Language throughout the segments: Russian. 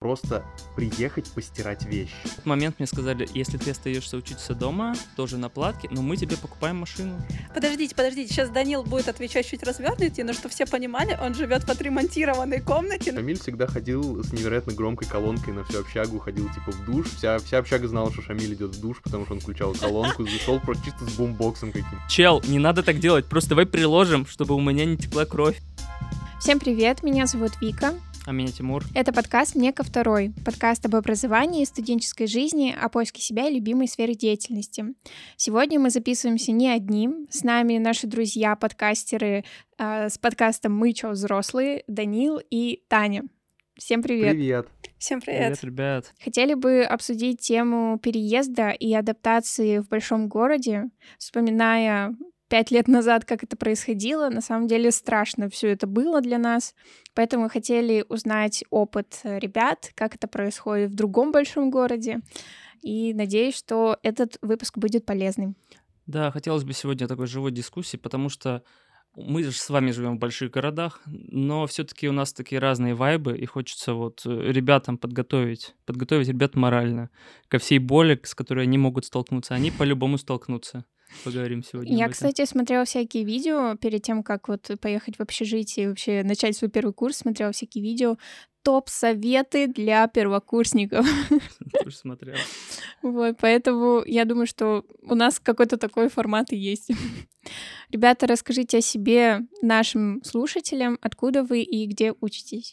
просто приехать постирать вещи. В этот момент мне сказали, если ты остаешься учиться дома, тоже на платке, но мы тебе покупаем машину. Подождите, сейчас Данил будет отвечать чуть развернутее, но что все понимали, он живет в отремонтированной комнате. Шамиль всегда ходил с невероятно громкой колонкой на всю общагу, ходил типа в душ. Вся общага знала, что Шамиль идет в душ, потому что он включал колонку, зашел просто чисто с бумбоксом каким-то. Чел, не надо так делать, просто давай приложим, чтобы у меня не текла кровь. Всем привет, меня зовут Вика. А меня Тимур. Это подкаст «Мне ко второй». Подкаст об образовании, студенческой жизни, о поиске себя и любимой сфере деятельности. Сегодня мы записываемся не одни. С нами наши друзья-подкастеры с подкастом «Мы чё, взрослые», Данил и Таня. Всем привет. Привет. Всем привет. Привет, ребят. Хотели бы обсудить тему переезда и адаптации в большом городе, вспоминая 5 лет назад, как это происходило. На самом деле страшно все это было для нас, поэтому хотели узнать опыт ребят, как это происходит в другом большом городе, и надеюсь, что этот выпуск будет полезным. Да, хотелось бы сегодня такой живой дискуссии, потому что мы же с вами живем в больших городах, но все-таки у нас такие разные вайбы, и хочется вот ребятам подготовить ребят морально ко всей боли, с которой они могут столкнуться. Они по-любому столкнутся. Поговорим сегодня. Я, кстати, смотрела всякие видео перед тем, как вот поехать в общежитие и вообще начать свой первый курс, смотрела всякие видео. Топ-советы для первокурсников. Тоже смотрел. Вот, поэтому я думаю, что у нас какой-то такой формат и есть. Ребята, расскажите о себе нашим слушателям, откуда вы и где учитесь.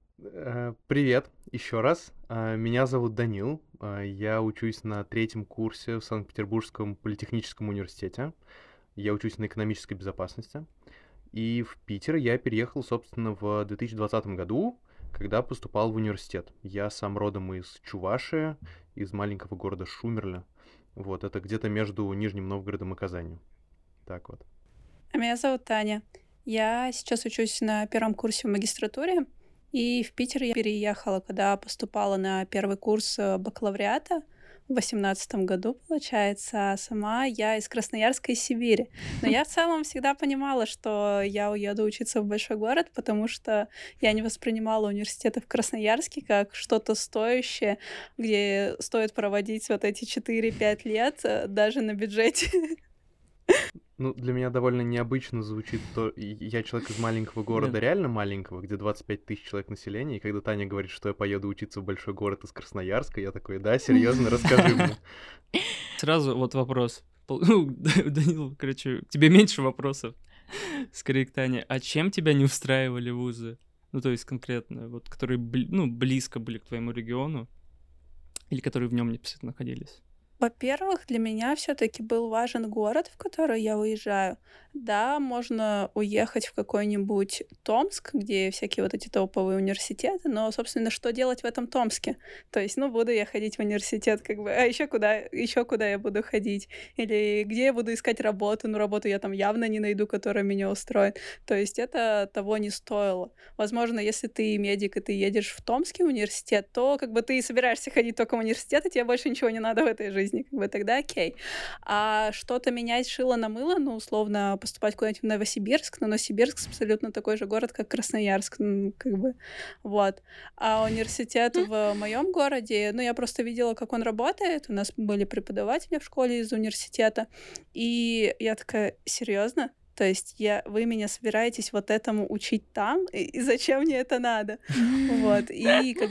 Привет еще раз. Меня зовут Данил. Я учусь на 3-м курсе в Санкт-Петербургском политехническом университете. Я учусь на экономической безопасности. И в Питер я переехал, собственно, в 2020 году, когда поступал в университет. Я сам родом из Чувашии, из маленького города Шумерля. Вот, это где-то между Нижним Новгородом и Казанью. Так вот. А меня зовут Таня. Я сейчас учусь на 1-м курсе в магистратуре. И в Питер я переехала, когда поступала на 1-й курс бакалавриата в 2018 году, получается. А сама я из Красноярска, из Сибири. Но я в целом всегда понимала, что я уеду учиться в большой город, потому что я не воспринимала университеты в Красноярске как что-то стоящее, где стоит проводить вот эти 4-5 лет даже на бюджете. Ну, для меня довольно необычно звучит то... Я человек из маленького города, реально маленького, где 25 тысяч человек населения, и когда Таня говорит, что я поеду учиться в большой город из Красноярска, я такой, да, серьезно, расскажи мне. Сразу вот вопрос. Данил, короче, тебе меньше вопросов. Скорее к Тане. А чем тебя не устраивали вузы? Ну, то есть конкретно, вот, которые близко были к твоему региону, или которые в нем непосредственно находились? Во-первых, для меня все-таки был важен город, в который я уезжаю. Да, можно уехать в какой-нибудь Томск, где всякие вот эти топовые университеты, но, собственно, что делать в этом Томске? То есть, буду я ходить в университет, а еще куда я буду ходить? Или где я буду искать работу? Работу я там явно не найду, которая меня устроит. То есть это того не стоило. Возможно, если ты медик, и ты едешь в Томский университет, то ты собираешься ходить только в университет, и тебе больше ничего не надо в этой жизни. Тогда окей. А что-то менять шило на мыло, условно, поступать куда-нибудь в Новосибирск, но Новосибирск абсолютно такой же город, как Красноярск, вот. А университет в моем городе, я просто видела, как он работает, у нас были преподаватели в школе из университета, и я такая, серьезно? То есть вы меня собираетесь вот этому учить там? И зачем мне это надо? Вот. И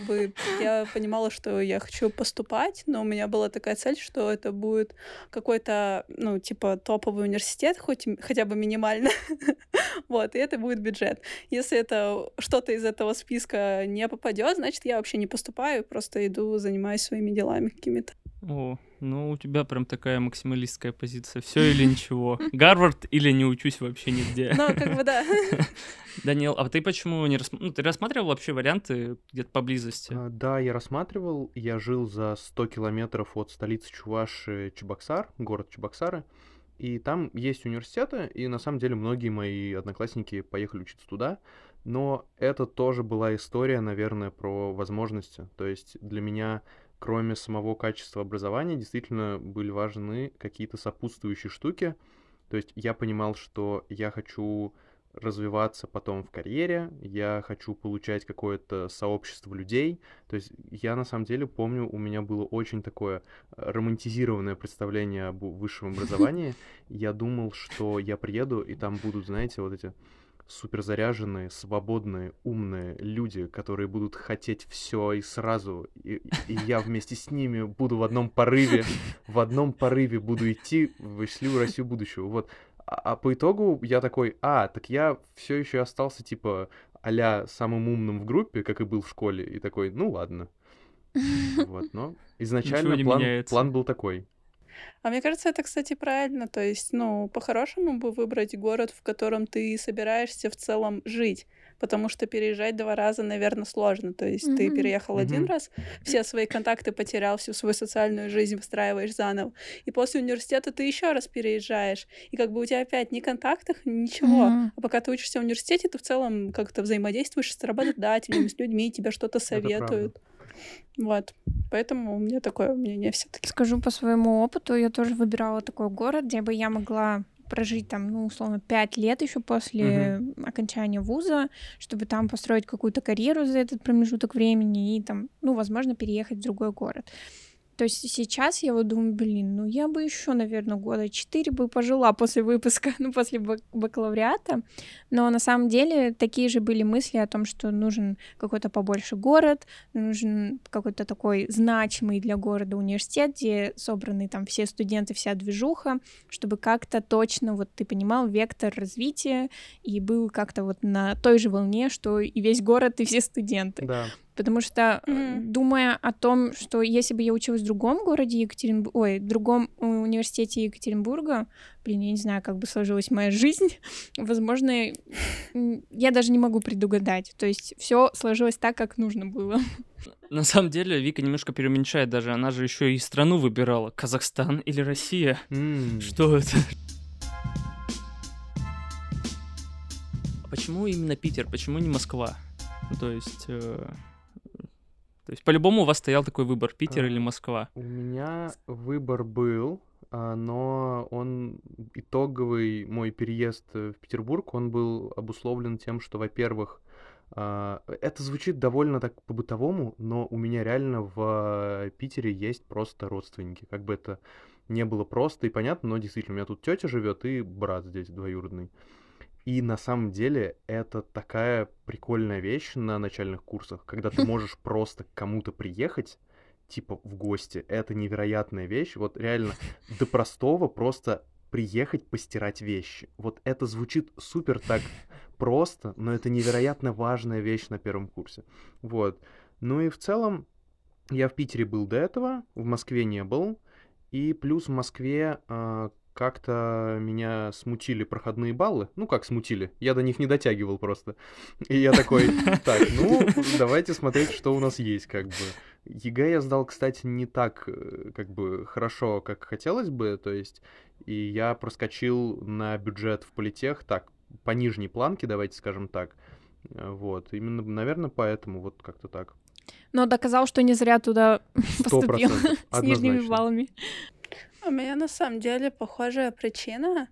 я понимала, что я хочу поступать, но у меня была такая цель, что это будет какой-то, топовый университет, хотя бы минимально. Вот. И это будет бюджет. Если это что-то из этого списка не попадет, значит, я вообще не поступаю, просто иду, занимаюсь своими делами какими-то. О, у тебя прям такая максималистская позиция. Все или ничего. Гарвард или не учусь вообще нигде. Да. Данил, а ты почему не ты рассматривал вообще варианты где-то поблизости? Да, я рассматривал. Я жил за 100 километров от столицы Чувашии Чебоксар, город Чебоксары. И там есть университеты, и на самом деле многие мои одноклассники поехали учиться туда. Но это тоже была история, наверное, про возможности. То есть для меня, кроме самого качества образования, действительно были важны какие-то сопутствующие штуки. То есть я понимал, что я хочу развиваться потом в карьере, я хочу получать какое-то сообщество людей. То есть я на самом деле помню, у меня было очень такое романтизированное представление об высшем образовании. Я думал, что я приеду, и там будут, знаете, вот эти суперзаряженные, свободные, умные люди, которые будут хотеть все и сразу, и я вместе с ними буду в одном порыве буду идти в счастливую Россию будущего. Вот. А по итогу я такой, так я все еще остался типа а-ля самым умным в группе, как и был в школе, и такой, ну ладно. Вот, но Ничего изначально не план меняется. был такой. А мне кажется, это, кстати, правильно. То есть, ну, по-хорошему бы выбрать город, в котором ты собираешься в целом жить. Потому что переезжать 2 раза, наверное, сложно. То есть ты Мгм. переехал 1 Мгм. раз, все свои контакты потерял, всю свою социальную жизнь выстраиваешь заново. И после университета ты еще раз переезжаешь. И как бы у тебя опять ни контактов, ничего. Мгм. А пока ты учишься в университете, ты в целом как-то взаимодействуешь с работодателями, с людьми, тебе что-то Это правда. советуют. Вот. Поэтому у меня такое мнение все-таки. Скажу по своему опыту, я тоже выбирала такой город, где бы я могла прожить там, ну, условно, 5 лет еще после окончания вуза, чтобы там построить какую-то карьеру за этот промежуток времени и там, ну, возможно, переехать в другой город. То есть сейчас я вот думаю, ну я бы еще, наверное, 4 года бы пожила после выпуска, ну, после бакалавриата. Но на самом деле такие же были мысли о том, что нужен какой-то побольше город, нужен какой-то такой значимый для города университет, где собраны там все студенты, вся движуха, чтобы как-то точно, вот ты понимал, вектор развития и был как-то вот на той же волне, что и весь город, и все студенты. Да. Потому что, думая о том, что если бы я училась в другом городе другом университете Екатеринбурга, я не знаю, как бы сложилась моя жизнь, возможно, я даже не могу предугадать. То есть все сложилось так, как нужно было. На самом деле Вика немножко преуменьшает даже. Она же еще и страну выбирала. Казахстан или Россия? Что это? Почему именно Питер? Почему не Москва? То есть по-любому у вас стоял такой выбор, Питер или Москва? У меня выбор был, но итоговый мой переезд в Петербург, он был обусловлен тем, что, во-первых, это звучит довольно так по-бытовому, но у меня реально в Питере есть просто родственники. Как бы это не было просто и понятно, но действительно, у меня тут тетя живет и брат здесь двоюродный. И на самом деле это такая прикольная вещь на начальных курсах, когда ты можешь просто к кому-то приехать, типа в гости. Это невероятная вещь. Вот реально до простого просто приехать постирать вещи. Вот это звучит супер так просто, но это невероятно важная вещь на первом курсе. Вот. Ну и в целом я в Питере был до этого, в Москве не был. И плюс в Москве как-то меня смутили проходные баллы. Ну, как смутили? Я до них не дотягивал просто. И я такой, так, ну, давайте смотреть, что у нас есть, как бы. ЕГЭ я сдал, кстати, не так, как бы, хорошо, как хотелось бы, то есть, и я проскочил на бюджет в политех, так, по нижней планке, давайте скажем так. Вот, именно, наверное, поэтому вот как-то так. Но доказал, что не зря туда поступил 100%, с нижними однозначно. баллами. У меня на самом деле похожая причина,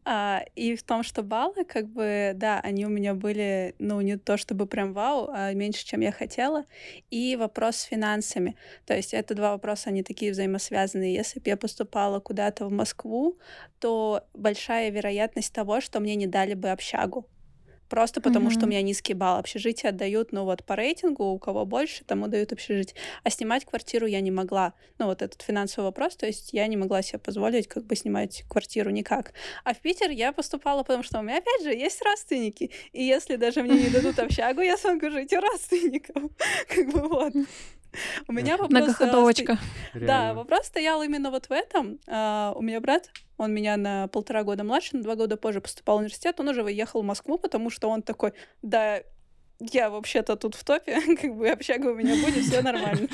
и в том, что баллы, как бы, да, они у меня были, ну, не то чтобы прям вау, а меньше, чем я хотела, и вопрос с финансами. То есть это 2 вопроса, они такие взаимосвязанные. Если бы я поступала куда-то в Москву, то большая вероятность того, что мне не дали бы общагу. Просто потому, что у меня низкий балл. Общежитие отдают, ну вот по рейтингу, у кого больше, тому дают общежитие. А снимать квартиру я не могла. Ну вот этот финансовый вопрос, то есть я не могла себе позволить как бы снимать квартиру никак. А в Питер я поступала, потому что у меня, опять же, есть родственники. И если даже мне не дадут общагу, я смогу жить у родственников. Как бы вот. У меня вопрос... Многоходовочка. Да, вопрос стоял именно вот в этом. У меня брат, он меня на 1,5 года младше, на 2 года позже поступал в университет, он уже уехал в Москву, потому что он такой, да, я вообще-то тут в топе, как бы общага у меня будет, все нормально.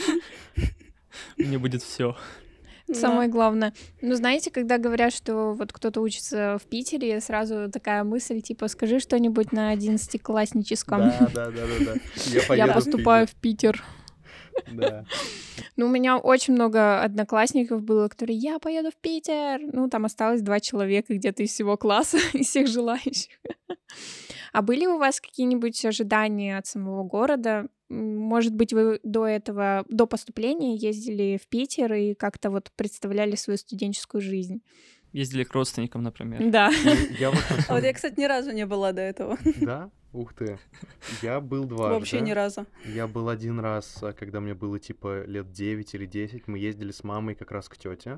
Мне будет все. Самое главное. Ну, знаете, когда говорят, что вот кто-то учится в Питере, сразу такая мысль, типа, скажи что-нибудь на 11-классническом. Да. Я поступаю в Питер. Да. Ну, у меня очень много одноклассников было, которые «я поеду в Питер». Ну, там осталось 2 человека где-то из всего класса, из всех желающих. А были у вас какие-нибудь ожидания от самого города? Может быть, вы до этого, до поступления ездили в Питер и как-то вот представляли свою студенческую жизнь? Ездили к родственникам, например. Да. Я вот на А вот самом- я, кстати, ни разу не была до этого. Да? Ух ты. Я был дважды. Вообще ни разу. Я был один раз, когда мне было типа лет 9 или 10. Мы ездили с мамой как раз к тете.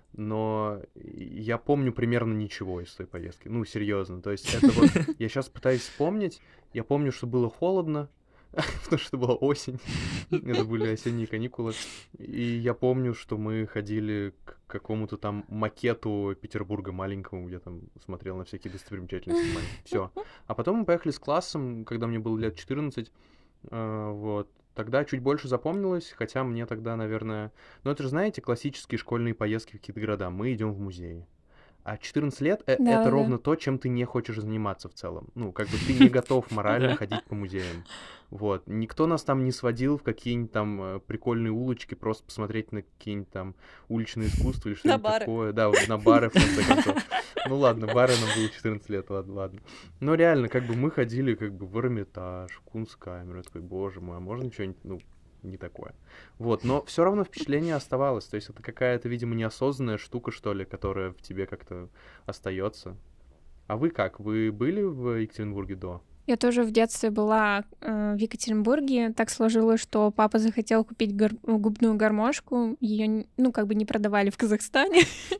Но я помню примерно ничего из той поездки. Ну, серьезно. То есть это вот... Я сейчас пытаюсь вспомнить. Я помню, что было холодно, потому что была осень. Это были осенние каникулы. И я помню, что мы ходили к какому-то там макету Петербурга маленькому, где там смотрел на всякие достопримечательности. Все. А потом мы поехали с классом, когда мне было лет 14. Вот. Тогда чуть больше запомнилось, хотя мне тогда, наверное... Ну, это же, знаете, классические школьные поездки в какие-то города. Мы идем в музей. А 14 лет это Да-да-да. ровно то, чем ты не хочешь заниматься в целом. Ну, как бы ты не готов морально Да. ходить по музеям. Вот. Никто нас там не сводил в какие-нибудь там прикольные улочки, просто посмотреть на какие-нибудь там уличные искусства или что-нибудь бары. такое. Да, вот на бары, в конце концов. Ну ладно, бары нам было 14 лет, ладно. Но реально, как бы мы ходили как бы в Эрмитаж, в Кунсткамеру. Я такой, боже мой, а можно что-нибудь, ну, не такое. Вот, но все равно впечатление оставалось. То есть это какая-то, видимо, неосознанная штука, что ли, которая в тебе как-то остается. А вы как? Вы были в Екатеринбурге до? Я тоже в детстве была в Екатеринбурге. Так сложилось, что папа захотел купить губную гармошку. Ее, ну, как бы не продавали в Казахстане.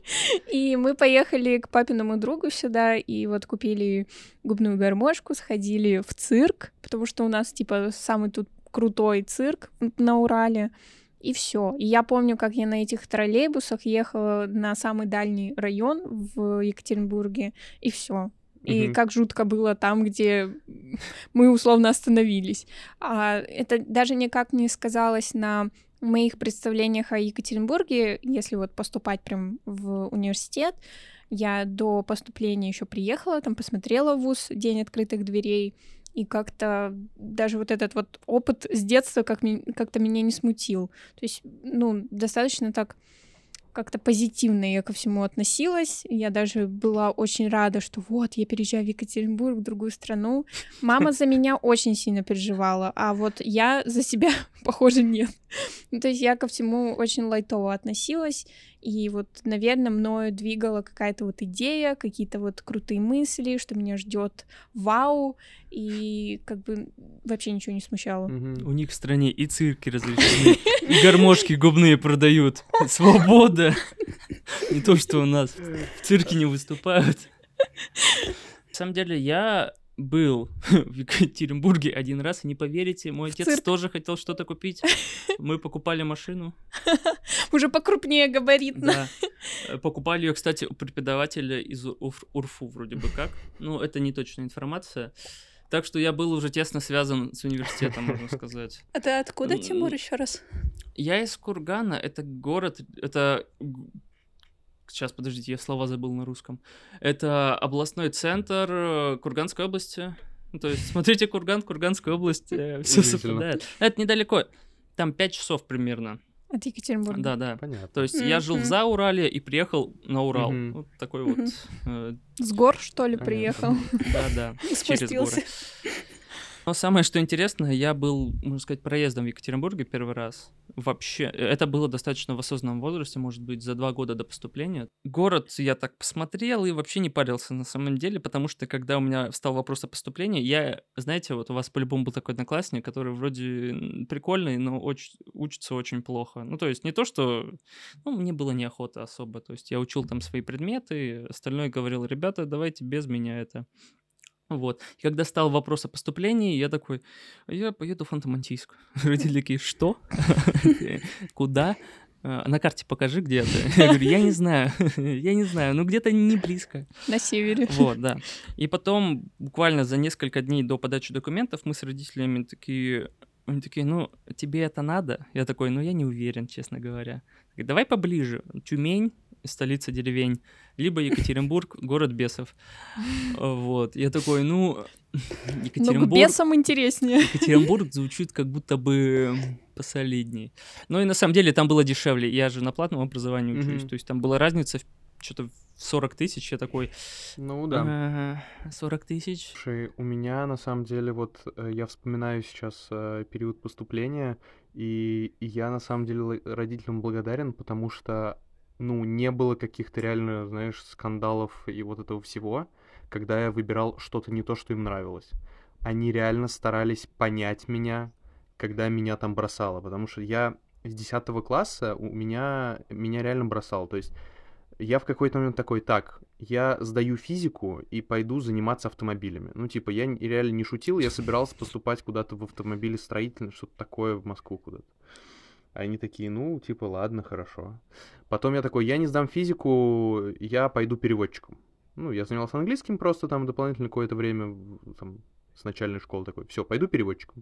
И мы поехали к папиному другу сюда, и вот купили губную гармошку, сходили в цирк, потому что у нас, типа, самый тут крутой цирк на Урале. И все. И я помню, как я на этих троллейбусах ехала на самый дальний район в Екатеринбурге, и все. И Мгм. как жутко было там, где мы условно остановились. А это даже никак не сказалось на моих представлениях о Екатеринбурге, если вот поступать прям в университет. Я до поступления еще приехала, там посмотрела вуз «День открытых дверей», и как-то даже вот этот вот опыт с детства как-то меня не смутил. То есть, ну, достаточно так как-то позитивно я ко всему относилась. Я даже была очень рада, что вот, я переезжаю в Екатеринбург, в другую страну. Мама за меня очень сильно переживала, а вот я за себя, похоже, нет. Ну, то есть я ко всему очень лайтово относилась, и вот, наверное, мною двигала какая-то вот идея, какие-то вот крутые мысли, что меня ждет вау, и как бы вообще ничего не смущало. Мгм. У них в стране и цирки разрешены, и гармошки губные продают. Свобода. Не то, что у нас в цирке не выступают. На самом деле, я был в Екатеринбурге один раз, и не поверите, мой отец цирк? тоже хотел что-то купить. Мы покупали машину. Уже покрупнее габаритно. Да. Покупали ее, кстати, у преподавателя из УрФУ вроде бы как. Ну, это не точная информация. Так что я был уже тесно связан с университетом, можно сказать. А ты откуда, Тимур, еще раз? Я из Кургана, это город, это... Сейчас, подождите, я слова забыл на русском. Это областной центр Курганской области. Ну, то есть, смотрите, Курган, Курганская область, все Удивительно. совпадает. Это недалеко, там 5 часов примерно. От Екатеринбурга. Да. Понятно. То есть я жил в Мгм. Заурале и приехал на Урал. Мгм. Вот такой вот. Мгм. С гор, что ли, Понятно. приехал? Да, через горы. Спустился. Но самое, что интересно, я был, можно сказать, проездом в Екатеринбурге первый раз. Вообще, это было достаточно в осознанном возрасте, может быть, за 2 года до поступления. Город я так посмотрел и вообще не парился на самом деле, потому что, когда у меня встал вопрос о поступлении, я, знаете, вот у вас по-любому был такой одноклассник, который вроде прикольный, но учится очень плохо. Ну, то есть не то, что... Ну, мне было неохота особо. То есть я учил там свои предметы, остальное говорил, ребята, давайте без меня это... Вот. И когда стал вопрос о поступлении, я такой, я поеду в Ханты-Мансийск. Родители такие, что? Куда? На карте покажи, где это. Я говорю, я не знаю, ну где-то не близко. На севере. Вот, да. И потом, буквально за несколько дней до подачи документов, мы с родителями такие, они такие, ну, тебе это надо? Я такой, ну, я не уверен, честно говоря. Говорят, давай поближе. Тюмень, столица деревень, либо Екатеринбург, город бесов. Вот. Я такой, ну, Но к Екатеринбург... бесам интереснее. Екатеринбург звучит как будто бы посолидней. Ну и на самом деле там было дешевле. Я же на платном образовании учусь. Мгм. То есть там была разница в что-то 40 тысяч, я такой... Ну да. 40 тысяч? Слушай, у меня на самом деле вот я вспоминаю сейчас период поступления, и я на самом деле родителям благодарен, потому что, ну, не было каких-то реально, знаешь, скандалов и вот этого всего, когда я выбирал что-то не то, что им нравилось. Они реально старались понять меня, когда меня там бросало, потому что я с 10 класса меня реально бросало, то есть я в какой-то момент такой, так, я сдаю физику и пойду заниматься автомобилями. Ну, типа, я реально не шутил, я собирался поступать куда-то в автомобилестроительное, что-то такое в Москву куда-то. А они такие, ну, типа, ладно, хорошо. Потом я такой, я не сдам физику, я пойду переводчиком. Ну, я занимался английским просто там дополнительно какое-то время, там, с начальной школы такой, все, пойду переводчиком.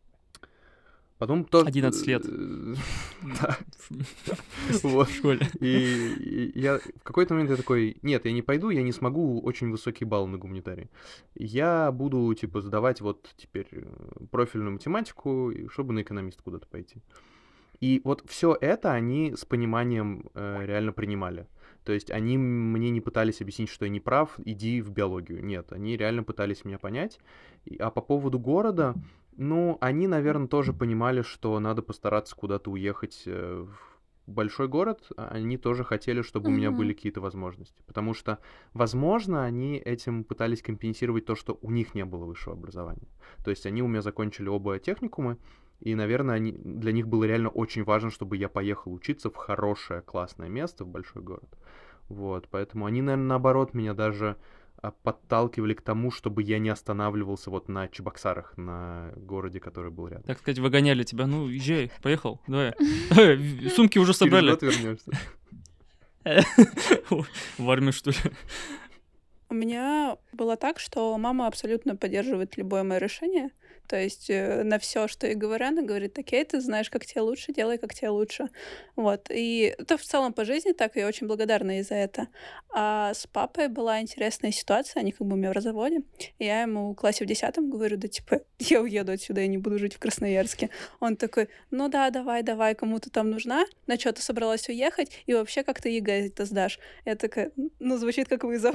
Потом тоже... 11 лет. Да. Вот. В школе. И я в какой-то момент я такой, нет, я не пойду, я не смогу очень высокий балл на гуманитарии. Я буду, типа, сдавать вот теперь профильную математику, чтобы на экономист куда-то пойти. И вот все это они с пониманием реально принимали. То есть они мне не пытались объяснить, что я не прав, иди в биологию. Нет, они реально пытались меня понять. А по поводу города, ну, они, наверное, тоже понимали, что надо постараться куда-то уехать в большой город. Они тоже хотели, чтобы у меня были какие-то возможности. Потому что, возможно, они этим пытались компенсировать то, что у них не было высшего образования. То есть они у меня закончили оба техникумы, и, наверное, для них было реально очень важно, чтобы я поехал учиться в хорошее, классное место, в большой город. Вот, поэтому они, наверное, наоборот, меня даже подталкивали к тому, чтобы я не останавливался вот на Чебоксарах, на городе, который был рядом. Так сказать, выгоняли тебя. Ну, езжай, поехал, давай. Сумки уже собрали. Через год вернешься. В армию, что ли? У меня было так, что мама абсолютно поддерживает любое мое решение. То есть на все, что я говорю, она говорит, окей, ты знаешь, как тебе лучше, делай, как тебе лучше. Вот. И это в целом по жизни так, и я очень благодарна ей за это. А с папой была интересная ситуация, они как бы у меня в разводе. И я ему в классе в 10 говорю, да типа, я уеду отсюда, я не буду жить в Красноярске. Он такой, ну да, давай, кому ты там нужна, на что ты собралась уехать, и вообще как ты ЕГЭ это сдашь? Я такая, ну звучит как вызов.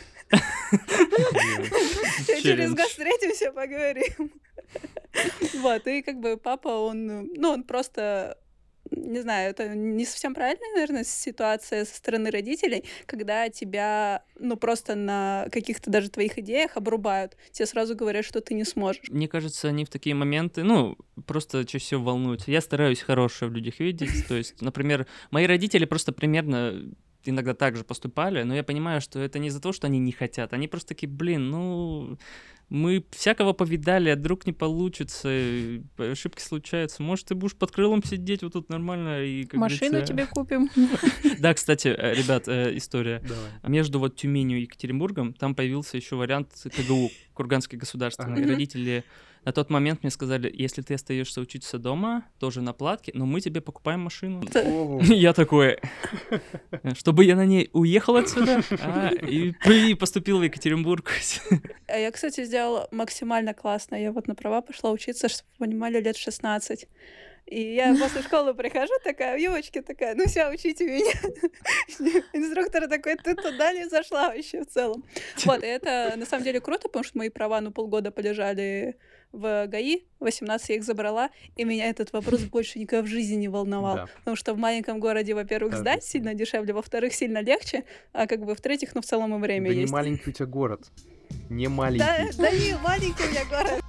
Через год встретимся, поговорим. Вот, и как бы папа, он просто, не знаю, это не совсем правильная, наверное, ситуация со стороны родителей, когда тебя, ну, просто на каких-то даже твоих идеях обрубают, тебе сразу говорят, что ты не сможешь. Мне кажется, они в такие моменты, ну, просто чаще всего волнуются. Я стараюсь хорошее в людях видеть, то есть, например, мои родители просто примерно иногда так же поступали, но я понимаю, что это не из-за того, что они не хотят, они просто такие, блин, ну... Мы всякого повидали, а вдруг не получится, ошибки случаются. Может, ты будешь под крылом сидеть вот тут нормально и... Как машину тебе купим. Да, кстати, ребят, история. Давай. Между вот Тюменью и Екатеринбургом там появился еще вариант КГУ, Курганский государственный. Родители на тот момент мне сказали, если ты остаешься учиться дома, тоже на платке, но мы тебе покупаем машину. Я такой, чтобы я на ней уехал отсюда и поступил в Екатеринбург. Я, кстати, сделала максимально классно. Я вот на права пошла учиться, чтобы вы понимали, лет 16. И я после школы прихожу такая, в юбочке такая, ну все, учите меня. Инструктор такой, ты туда не зашла вообще в целом. Вот, и это на самом деле круто, потому что мои права, полгода полежали в ГАИ, 18 я их забрала, и меня этот вопрос больше никогда в жизни не волновал. Да. Потому что в маленьком городе, во-первых, сдать сильно дешевле, во-вторых, сильно легче, а как бы в-третьих, в целом и время есть. Да не маленький у тебя город. Не маленький. Да не маленький у меня город.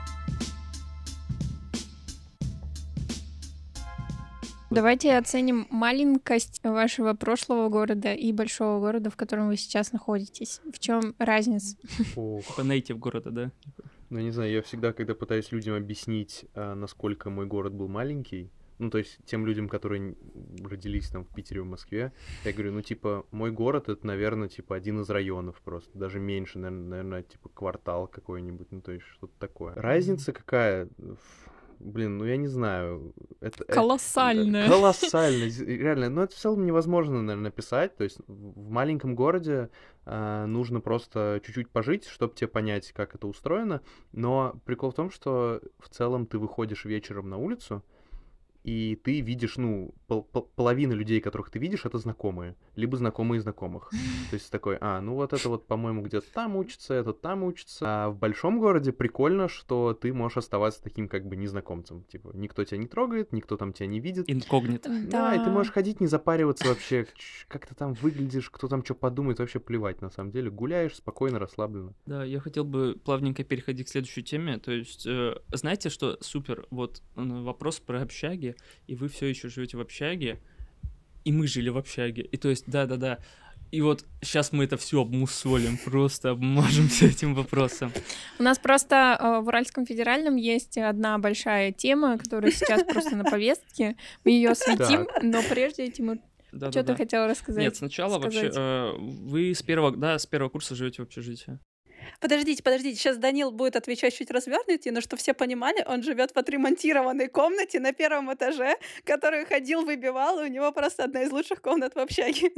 Давайте оценим маленькость вашего прошлого города и большого города, в котором вы сейчас находитесь. В чем разница? По нейтив города, да? Ну, не знаю, я всегда, когда пытаюсь людям объяснить, насколько мой город был маленький, ну, то есть тем людям, которые родились там в Питере, в Москве, я говорю, ну, типа, мой город — это, наверное, типа, один из районов просто, даже меньше, наверное, типа, квартал какой-нибудь, ну, то есть что-то такое. Разница какая? Блин, ну я не знаю. Колоссальная. Колоссальная, реально. Но это в целом невозможно, наверное, написать. То есть в маленьком городе нужно просто чуть-чуть пожить, чтобы тебе понять, как это устроено. Но прикол в том, что в целом ты выходишь вечером на улицу, и ты видишь, ну, половина людей, которых ты видишь, это знакомые, либо знакомые знакомых. То есть такой, ну вот это вот, по-моему, где-то там учится, этот там учится. А в большом городе прикольно, что ты можешь оставаться таким как бы незнакомцем. Типа, никто тебя не трогает, никто там тебя не видит. Инкогнито. Да, и ты можешь ходить, не запариваться вообще, как ты там выглядишь, кто там что подумает, вообще плевать, на самом деле. Гуляешь спокойно, расслабленно. Да, я хотел бы плавненько переходить к следующей теме. То есть, знаете, что супер? Вот вопрос про общаги, и вы все еще живете в общаге, и мы жили в общаге. И то есть, да. И вот сейчас мы это все обмусолим, просто обмажемся этим вопросом. У нас просто в Уральском федеральном есть одна большая тема, которая сейчас просто на повестке. Мы ее осветим, но прежде, Тимур, что ты хотел рассказать? Нет, сначала вообще вы с первого курса живете в общежитии. Подождите, сейчас Данил будет отвечать чуть развернутее, но что все понимали, он живет в отремонтированной комнате на первом этаже, который ходил, выбивал, и у него просто одна из лучших комнат в общаге.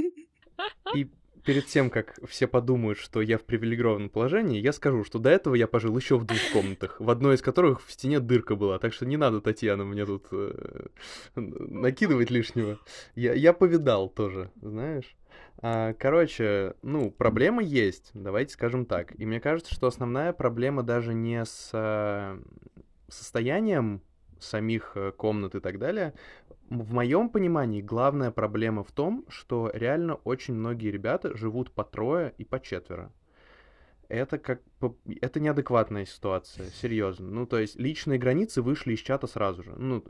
И перед тем, как все подумают, что я в привилегированном положении, я скажу, что до этого я пожил еще в 2 комнатах, в одной из которых в стене дырка была, так что не надо, Татьяна, мне тут накидывать лишнего. Я повидал тоже, знаешь. Короче, проблема есть, давайте скажем так. И мне кажется, что основная проблема даже не с состоянием самих комнат и так далее. В моем понимании главная проблема в том, что реально очень многие ребята живут по 3 и по 4. Это неадекватная ситуация, серьезно. Ну, то есть личные границы вышли из чата сразу же. Ну,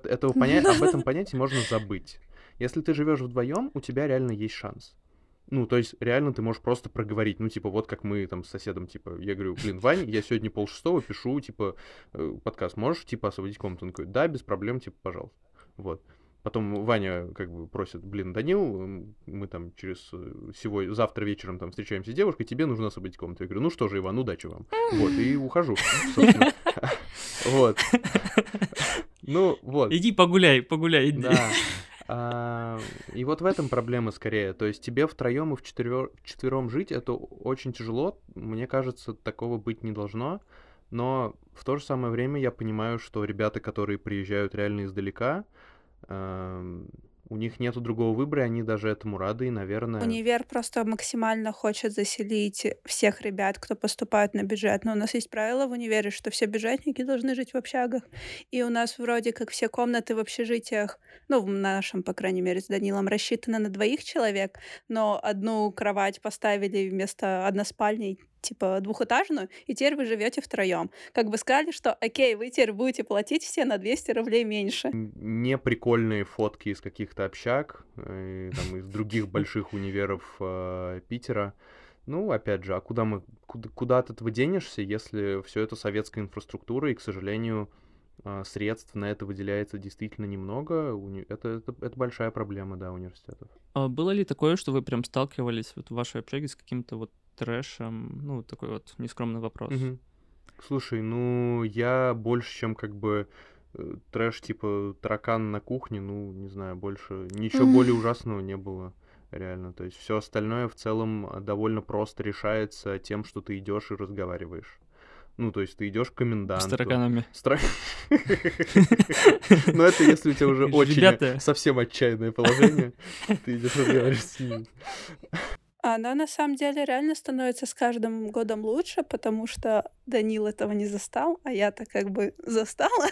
об этом понятии можно забыть. Если ты живешь вдвоем, у тебя реально есть шанс. Ну, то есть, реально ты можешь просто проговорить. Ну, типа, вот как мы там с соседом, типа, я говорю, Вань, я сегодня 5:30 пишу, типа, подкаст, можешь, типа, освободить комнату? Он такой, да, без проблем, типа, пожалуйста. Вот. Потом Ваня как бы просит, Данил, мы там завтра вечером там встречаемся с девушкой, тебе нужно освободить комнату. Я говорю, ну что же, Иван, удачи вам. Вот, и ухожу, собственно. Вот. Ну, вот. Иди погуляй, иди. Да. И вот в этом проблема скорее. То есть тебе втроем и вчетвером жить, это очень тяжело. Мне кажется, такого быть не должно. Но в то же самое время я понимаю, что ребята, которые приезжают реально издалека, у них нету другого выбора, они даже этому рады, и, наверное... Универ просто максимально хочет заселить всех ребят, кто поступает на бюджет. Но у нас есть правило в универе, что все бюджетники должны жить в общагах. И у нас вроде как все комнаты в общежитиях, ну, в нашем, по крайней мере, с Данилом, рассчитаны на 2 человек, но одну кровать поставили вместо односпальной, типа 2-этажную, и теперь вы живете втроем. Как бы сказали, что окей, вы теперь будете платить все на 200 рублей меньше. Неприкольные фотки из каких-то общаг, там, из других больших универов Питера. Ну, опять же, а куда от этого денешься, если все это советская инфраструктура, и, к сожалению, средств на это выделяется действительно немного. Это большая проблема, да, университетов. А было ли такое, что вы прям сталкивались вот в вашей общаге с каким-то вот трэшем? Ну, такой вот нескромный вопрос. Угу. Слушай, я больше, чем как бы трэш типа таракан на кухне, не знаю, больше ничего более ужасного не было. Реально, то есть все остальное в целом довольно просто решается тем, что ты идешь и разговариваешь. Ну, то есть ты идешь к коменданту. С тараканами. Ну, это если у тебя уже очень совсем отчаянное положение, ты идешь разговаривать с ними. Оно на самом деле реально становится с каждым годом лучше, потому что Данил этого не застал, а я-то как бы застала.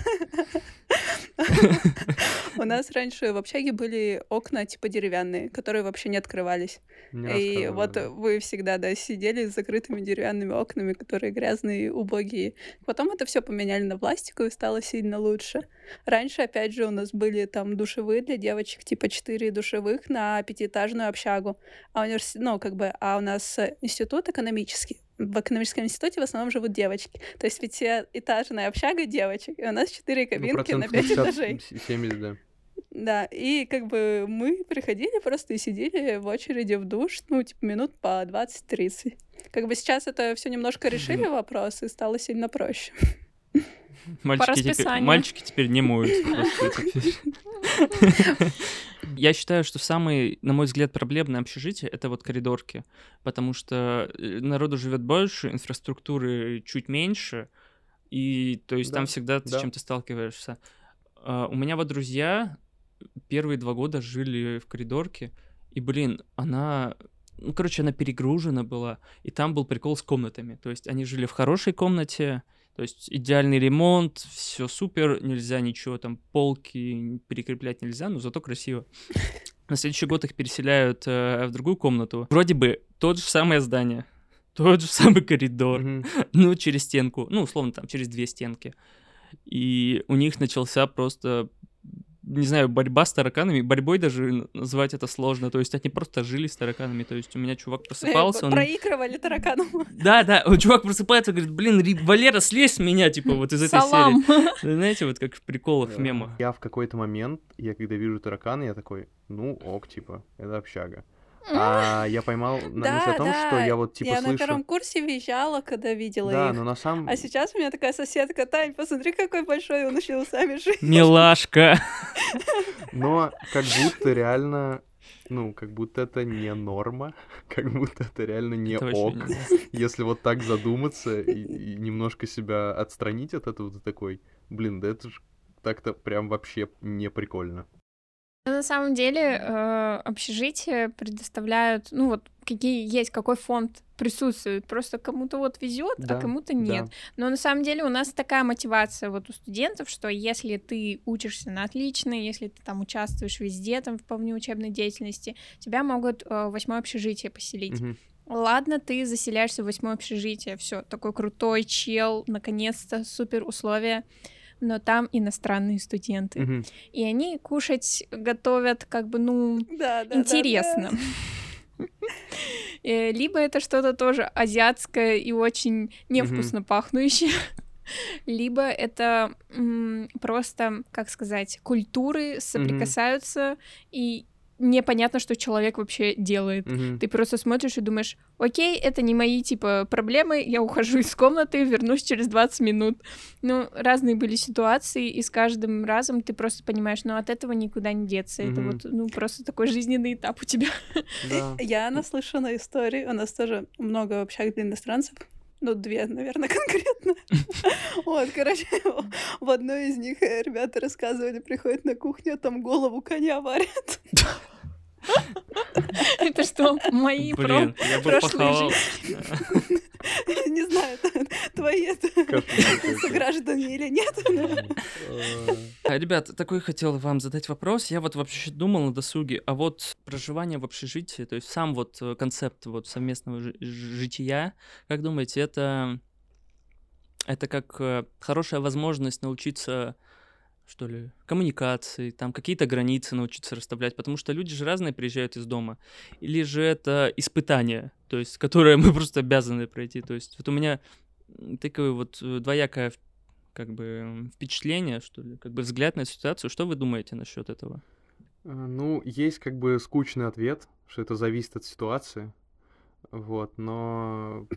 У нас раньше в общаге были окна типа деревянные, которые вообще не открывались. И вот вы всегда, сидели с закрытыми деревянными окнами, которые грязные, убогие. Потом это все поменяли на пластиковую, и стало сильно лучше. Раньше, опять же, у нас были там душевые для девочек, типа 4 душевых на 5-этажную общагу. А у нас институт экономический. В экономическом институте в основном живут девочки. То есть 5-этажная общага девочек, и у нас 4 кабинки на 5 этажей. 70, да. Да, и как бы мы приходили просто и сидели в очереди в душ, минут по 20-30. Как бы сейчас это все немножко решили вопрос, и стало сильно проще. Мальчики теперь не моют. Я считаю, что самый, на мой взгляд, проблемное общежитие — это вот коридорки, потому что народу живет больше, инфраструктуры чуть меньше, и то есть там всегда с чем-то сталкиваешься. У меня вот друзья первые 2 года жили в коридорке, и, блин, она перегружена была, и там был прикол с комнатами. То есть они жили в хорошей комнате, то есть идеальный ремонт, все супер, нельзя ничего, там полки перекреплять нельзя, но зато красиво. На следующий год их переселяют в другую комнату. Вроде бы тот же самое здание, тот же самый коридор, ну, через стенку, ну, условно, там, через 2 стенки. И у них начался просто, не знаю, борьба с тараканами. Борьбой даже назвать это сложно. То есть они просто жили с тараканами. То есть у меня чувак просыпался, он... Проигрывали тараканам. Да, чувак просыпается, говорит, блин, Валера, слезь с меня, типа, вот из этой серии. Знаете, вот как в приколах, в мемах. Я в какой-то момент, когда вижу таракана, я такой, ну ок, типа, это общага. А я поймал на мысли о том, что я вот типа я слышу... на первом курсе визжала, когда видела Да, их. но на самом... А сейчас у меня такая соседка, Тань, посмотри, какой большой, он еще усами жить. Милашка. Но как будто реально... Ну, как будто это не норма, как будто это реально не Это ок. вообще Если вот так задуматься и немножко себя отстранить от этого, ты такой, блин, да это же так-то прям вообще не прикольно. На самом деле общежития предоставляют, ну вот какие есть, какой фонд присутствует. Просто кому-то вот везет, а кому-то нет. Но на самом деле у нас такая мотивация вот у студентов, что если ты учишься на отлично, если ты там участвуешь везде, там в внеучебной деятельности, тебя могут в 8-е общежитие поселить. Ладно, ты заселяешься в 8-е общежитие, все, такой крутой чел, наконец-то, супер условия. Но там иностранные студенты. И они кушать готовят как бы, ну, интересно. Либо это что-то тоже азиатское и очень невкусно пахнущее, либо это просто, как сказать, культуры соприкасаются, и непонятно, что человек вообще делает. Ты просто смотришь и думаешь, окей, это не мои, типа, проблемы, я ухожу из комнаты, вернусь через 20 минут. Ну, разные были ситуации, и с каждым разом ты просто понимаешь, ну, от этого никуда не деться. Это вот, ну, просто такой жизненный этап у тебя. Я наслышана истории, у нас тоже много общаг для иностранцев. Ну, 2, наверное, конкретно. Вот, короче, в одной из них ребята рассказывали, приходят на кухню, а там голову коня варят. Это что, мои прошлые жизни? Не знаю, твои сограждане или нет. Ребят, такой хотел вам задать вопрос. Я вот вообще думал на досуге, а вот проживание в общежитии, то есть сам вот концепт вот совместного жития, как думаете, это как хорошая возможность научиться, что ли, коммуникации, там какие-то границы научиться расставлять, потому что люди же разные приезжают из дома. Или же это испытание, то есть, которое мы просто обязаны пройти. То есть вот у меня такое вот двоякое как бы впечатление, что ли, как бы взгляд на эту ситуацию. Что вы думаете насчет этого? Ну, есть как бы скучный ответ, что это зависит от ситуации. Вот, но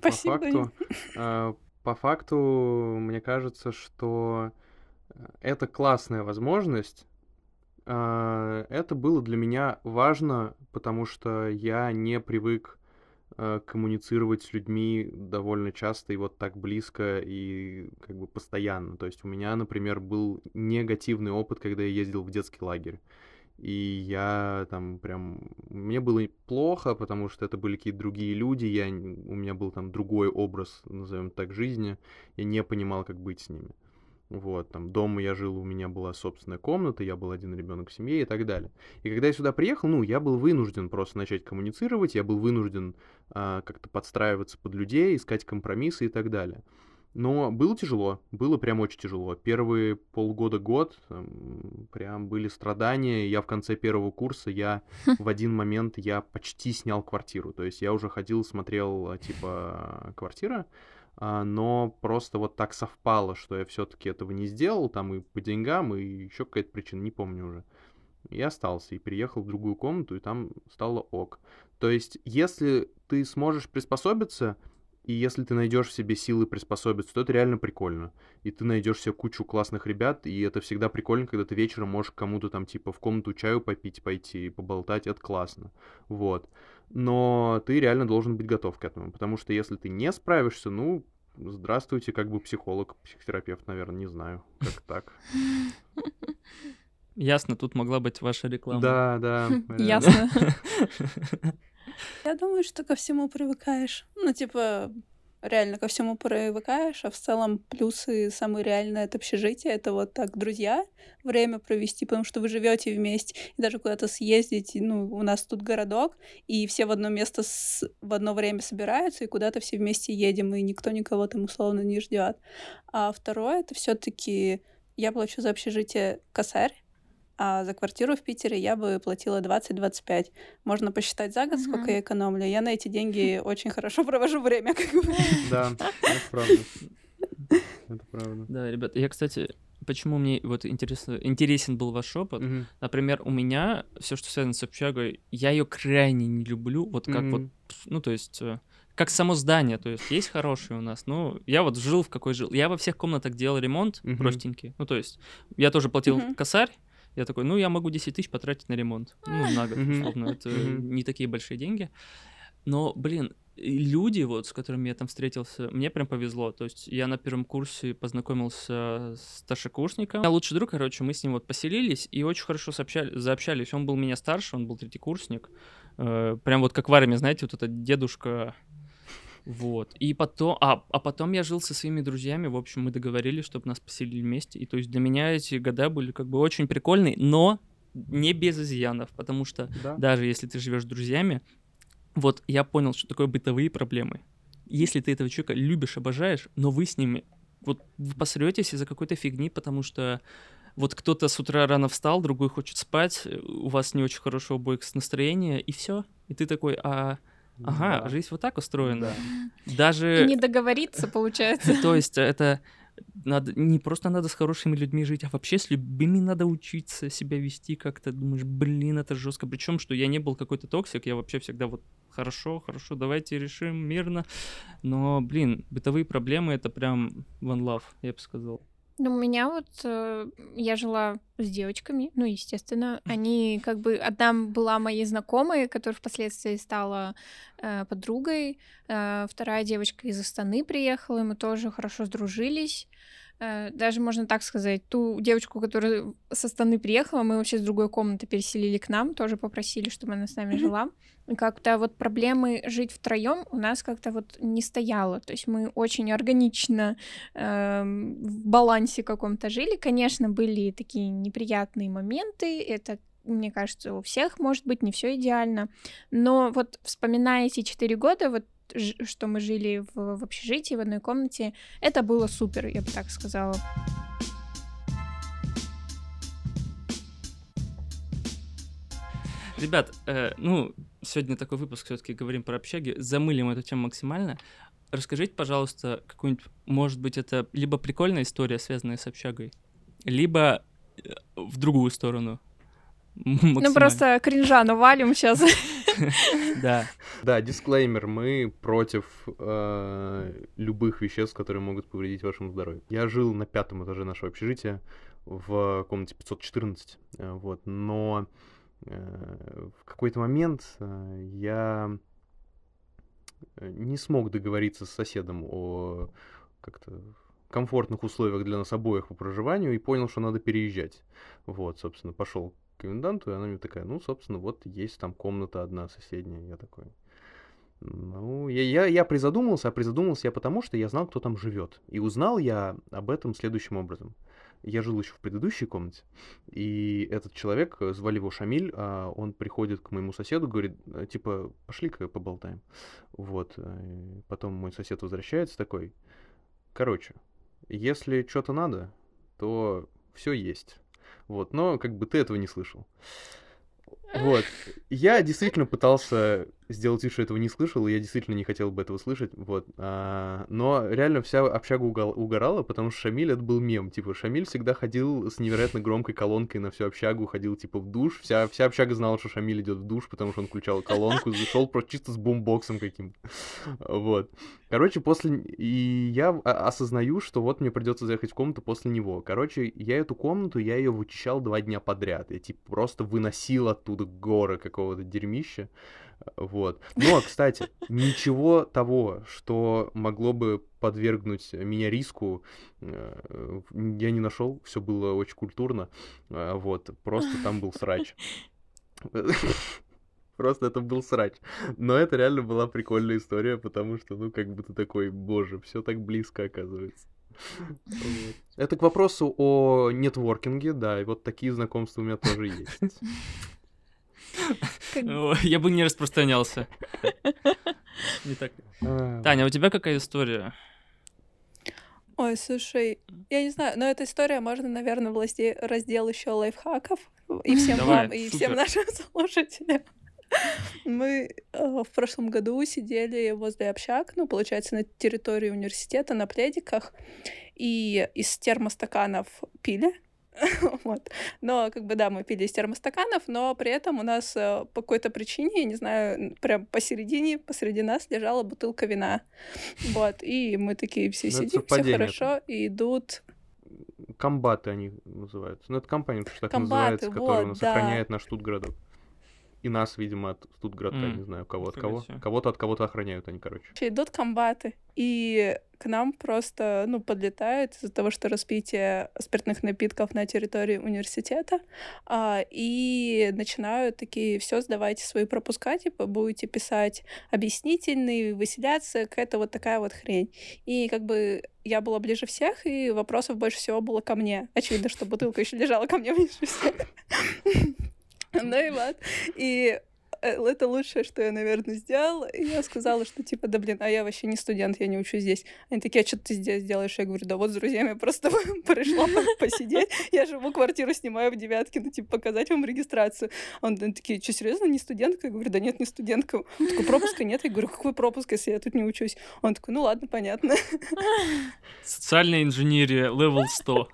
по факту мне кажется, что это классная возможность. Это было для меня важно, потому что я не привык коммуницировать с людьми довольно часто и вот так близко и как бы постоянно. То есть у меня, например, был негативный опыт, когда я ездил в детский лагерь. И я там прям... Мне было плохо, потому что это были какие-то другие люди, у меня был там другой образ, назовем так, жизни. Я не понимал, как быть с ними. Вот, там, дома я жил, у меня была собственная комната, я был один ребенок в семье и так далее. И когда я сюда приехал, ну, я был вынужден просто начать коммуницировать, я был вынужден как-то подстраиваться под людей, искать компромиссы и так далее. Но было тяжело, было прям очень тяжело. Первые полгода-год прям были страдания. Я в конце первого курса, в один момент я почти снял квартиру. То есть я уже ходил, смотрел, типа, квартира, но просто вот так совпало, что я все-таки этого не сделал, там и по деньгам, и еще какая-то причина, не помню уже. И остался, и переехал в другую комнату, и там стало ок. То есть, если ты сможешь приспособиться, и если ты найдешь в себе силы приспособиться, то это реально прикольно. И ты найдешь себе кучу классных ребят, и это всегда прикольно, когда ты вечером можешь кому-то там типа в комнату чаю попить, пойти, поболтать, это классно. Вот. Но ты реально должен быть готов к этому, потому что если ты не справишься, ну, здравствуйте, как бы психолог, психотерапевт, наверное, не знаю, как так. Ясно, тут могла быть ваша реклама. Да, реально. Ясно. Я думаю, что ко всему привыкаешь. Ну, типа, реально ко всему привыкаешь, а в целом плюсы самые реальные от общежития — это вот так друзья, время провести, потому что вы живете вместе, и даже куда-то съездить. Ну, у нас тут городок, и все в одно место в одно время собираются, и куда-то все вместе едем, и никто никого там условно не ждет. А второе — это все-таки я плачу за общежитие косарь, а за квартиру в Питере я бы платила 20-25. Можно посчитать за год, сколько я экономлю. Я на эти деньги очень хорошо провожу время, как бы. Да, это правда. Это правда. Да, ребят, я, кстати, почему мне вот интересен был ваш опыт. Например, у меня все, что связано с общагой, я ее крайне не люблю, вот как вот, ну, то есть, как само здание, то есть есть хорошие у нас, ну, я вот жил в какой жил, я во всех комнатах делал ремонт простенький, ну, то есть, я тоже платил косарь, я такой, ну, я могу 10 тысяч потратить на ремонт, ну, на год, условно, это не такие большие деньги, но, блин, люди, вот, с которыми я там встретился, мне прям повезло. То есть я на первом курсе познакомился с старшекурсником. Я лучший друг, короче, мы с ним вот поселились и очень хорошо заобщались. Он был меня старше, он был третьекурсник. Прям вот как в армии, знаете, вот этот дедушка. Вот. И потом... А потом я жил со своими друзьями. В общем, мы договорились, чтобы нас поселили вместе. И то есть для меня эти года были как бы очень прикольные, но не без изъянов. Потому что даже если ты живешь с друзьями, вот я понял, что такое бытовые проблемы. Если ты этого человека любишь, обожаешь, но вы с ними, вот вы посретесь из-за какой-то фигни, потому что вот кто-то с утра рано встал, другой хочет спать, у вас не очень хорошее обоих настроение, и все. И ты такой, жизнь вот так устроена. Даже... И не договориться, получается. То есть это... не просто надо с хорошими людьми жить, а вообще с любыми надо учиться себя вести как-то. Думаешь, блин, это жестко. Причем, что я не был какой-то токсик, я вообще всегда вот хорошо, давайте решим мирно. Но, блин, бытовые проблемы — это прям one love, я бы сказал. Ну, у меня вот... я жила с девочками, ну, естественно. Они как бы... Одна была моей знакомой, которая впоследствии стала подругой. Вторая девочка из Астаны приехала, и мы тоже хорошо сдружились. Даже можно так сказать, ту девочку, которая со Астаны приехала, мы вообще с другой комнаты переселили к нам, тоже попросили, чтобы она с нами жила. И как-то вот проблемы жить втроем у нас как-то вот не стояло. То есть мы очень органично в балансе каком-то жили. Конечно, были такие неприятные моменты, это, мне кажется, у всех, может быть, не все идеально. Но вот вспоминая эти 4 года, вот что мы жили в общежитии, в одной комнате, это было супер, я бы так сказала. Ребят, ну, сегодня такой выпуск, все-таки говорим про общаги, замылим эту тему максимально. Расскажите, пожалуйста, какую-нибудь, может быть, это либо прикольная история, связанная с общагой, либо в другую сторону. Ну, просто кринжа навалим сейчас. Да. Да, дисклеймер, мы против любых веществ, которые могут повредить вашему здоровью. Я жил на 5-м этаже нашего общежития в комнате 514, вот, но в какой-то момент я не смог договориться с соседом о как-то комфортных условиях для нас обоих по проживанию и понял, что надо переезжать. Вот, собственно, пошел к коменданту, и она мне такая, ну, собственно, вот есть там комната одна соседняя. Я такой, ну, я призадумался, а призадумался я потому, что я знал, кто там живет. И узнал я об этом следующим образом. Я жил еще в предыдущей комнате, и этот человек, звали его Шамиль, он приходит к моему соседу, говорит, типа, пошли-ка поболтаем. Вот, потом мой сосед возвращается такой, короче, если что-то надо, то все есть. Вот, но как бы ты этого не слышал. Вот. Я действительно пытался сделать вид, что этого не слышал, и я действительно не хотел бы этого слышать, вот. Но реально вся общага угорала, потому что Шамиль — это был мем. Типа, Шамиль всегда ходил с невероятно громкой колонкой на всю общагу, ходил, типа, в душ. Вся общага знала, что Шамиль идет в душ, потому что он включал колонку, зашел просто чисто с бумбоксом каким-то. Вот. Короче, и я осознаю, что вот мне придется заехать в комнату после него. Короче, я эту комнату, я ее вычищал 2 дня подряд. Я, типа, просто выносил оттуда горы какого-то дерьмища. Вот. Но, кстати, ничего того, что могло бы подвергнуть меня риску, я не нашел. Все было очень культурно. Вот. Просто там был срач. Просто это был срач. Но это реально была прикольная история, потому что, ну, как бы ты такой, боже, все так близко оказывается. Вот. Это к вопросу о нетворкинге, да, и вот такие знакомства у меня тоже есть. Я бы не распространялся. Не так. Таня, у тебя какая история? Ой, слушай, я не знаю, но эта история можно, наверное, в раздел еще лайфхаков и всем Давай, вам, и супер. всем нашим слушателям. Мы в прошлом году сидели возле общак, ну, получается, на территории университета, на пледиках, и из термостаканов пили. Вот. Но, как бы, да, мы пили из термостаканов, но при этом у нас по какой-то причине, я не знаю, прям посреди нас лежала бутылка вина. Вот. И мы такие все Ну, это сидим, все совпадение хорошо, и идут Комбаты они называются. Ну, это компания, потому что так комбаты, называется, которая у вот, нас да. охраняет наш Стутгородок. И нас, видимо, от Стутгородка, М, не знаю, кого от нифига кого. себе. Кого-то от кого-то охраняют они, короче. Идут комбаты, и к нам просто, ну, подлетают из-за того, что распитие спиртных напитков на территории университета, и начинают такие: все, сдавайте свои пропуска, типа, будете писать объяснительные, выселяться, какая-то вот такая вот хрень. И как бы я была ближе всех, и вопросов больше всего было ко мне. Очевидно, что бутылка еще лежала ко мне ближе всех. Ну и вот. И это лучшее, что я, наверное, сделала. И я сказала, что типа, да блин, а я вообще не студент, я не учусь здесь. Они такие: а что ты здесь делаешь? Я говорю: да вот с друзьями просто пришла посидеть. Я живу, квартиру снимаю в Девятке, ну типа показать вам регистрацию. Они такие: что, серьезно, не студентка? Я говорю: да нет, не студентка. Он такой: пропуска нет? Я говорю: какой пропуск, если я тут не учусь? Он такой: ну ладно, понятно. Социальная инженерия, level 100.